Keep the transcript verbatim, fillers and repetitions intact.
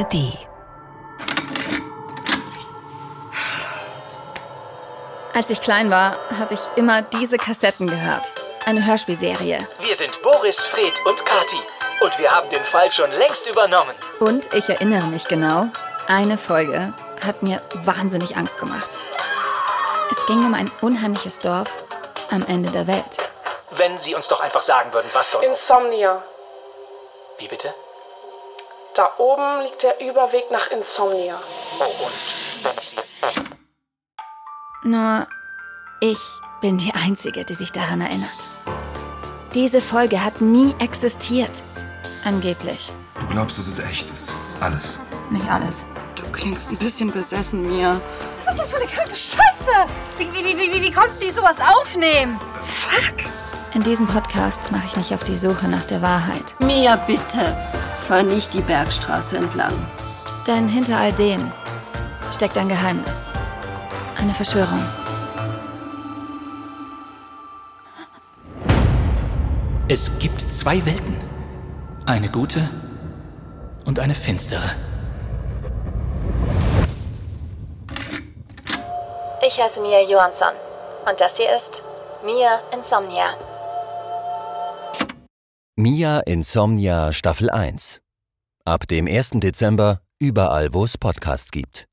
D. Als ich klein war, habe ich immer diese Kassetten gehört. Eine Hörspielserie. Wir sind Boris, Fred und Kathi. Und wir haben den Fall schon längst übernommen. Und ich erinnere mich genau, eine Folge hat mir wahnsinnig Angst gemacht. Es ging um ein unheimliches Dorf am Ende der Welt. Wenn Sie uns doch einfach sagen würden, was dort... Insomnia. Wie bitte? Da oben liegt der Überweg nach Insomnia. Oh, und wenn Sie... Nur ich bin die Einzige, die sich daran erinnert. Diese Folge hat nie existiert. Angeblich. Du glaubst, dass es echt ist. Alles. Nicht alles. Du klingst ein bisschen besessen, Mia. Was ist das für eine kranke Scheiße? Wie, wie, wie, wie, wie konnten die sowas aufnehmen? Fuck. In diesem Podcast mache ich mich auf die Suche nach der Wahrheit. Mia, bitte. Fahr nicht die Bergstraße entlang. Denn hinter all dem steckt ein Geheimnis. Eine Verschwörung. Es gibt zwei Welten. Eine gute und eine finstere. Ich heiße Mia Johansson. Und das hier ist Mia Insomnia. Mia Insomnia Staffel eins. Ab dem ersten Dezember überall, wo es Podcasts gibt.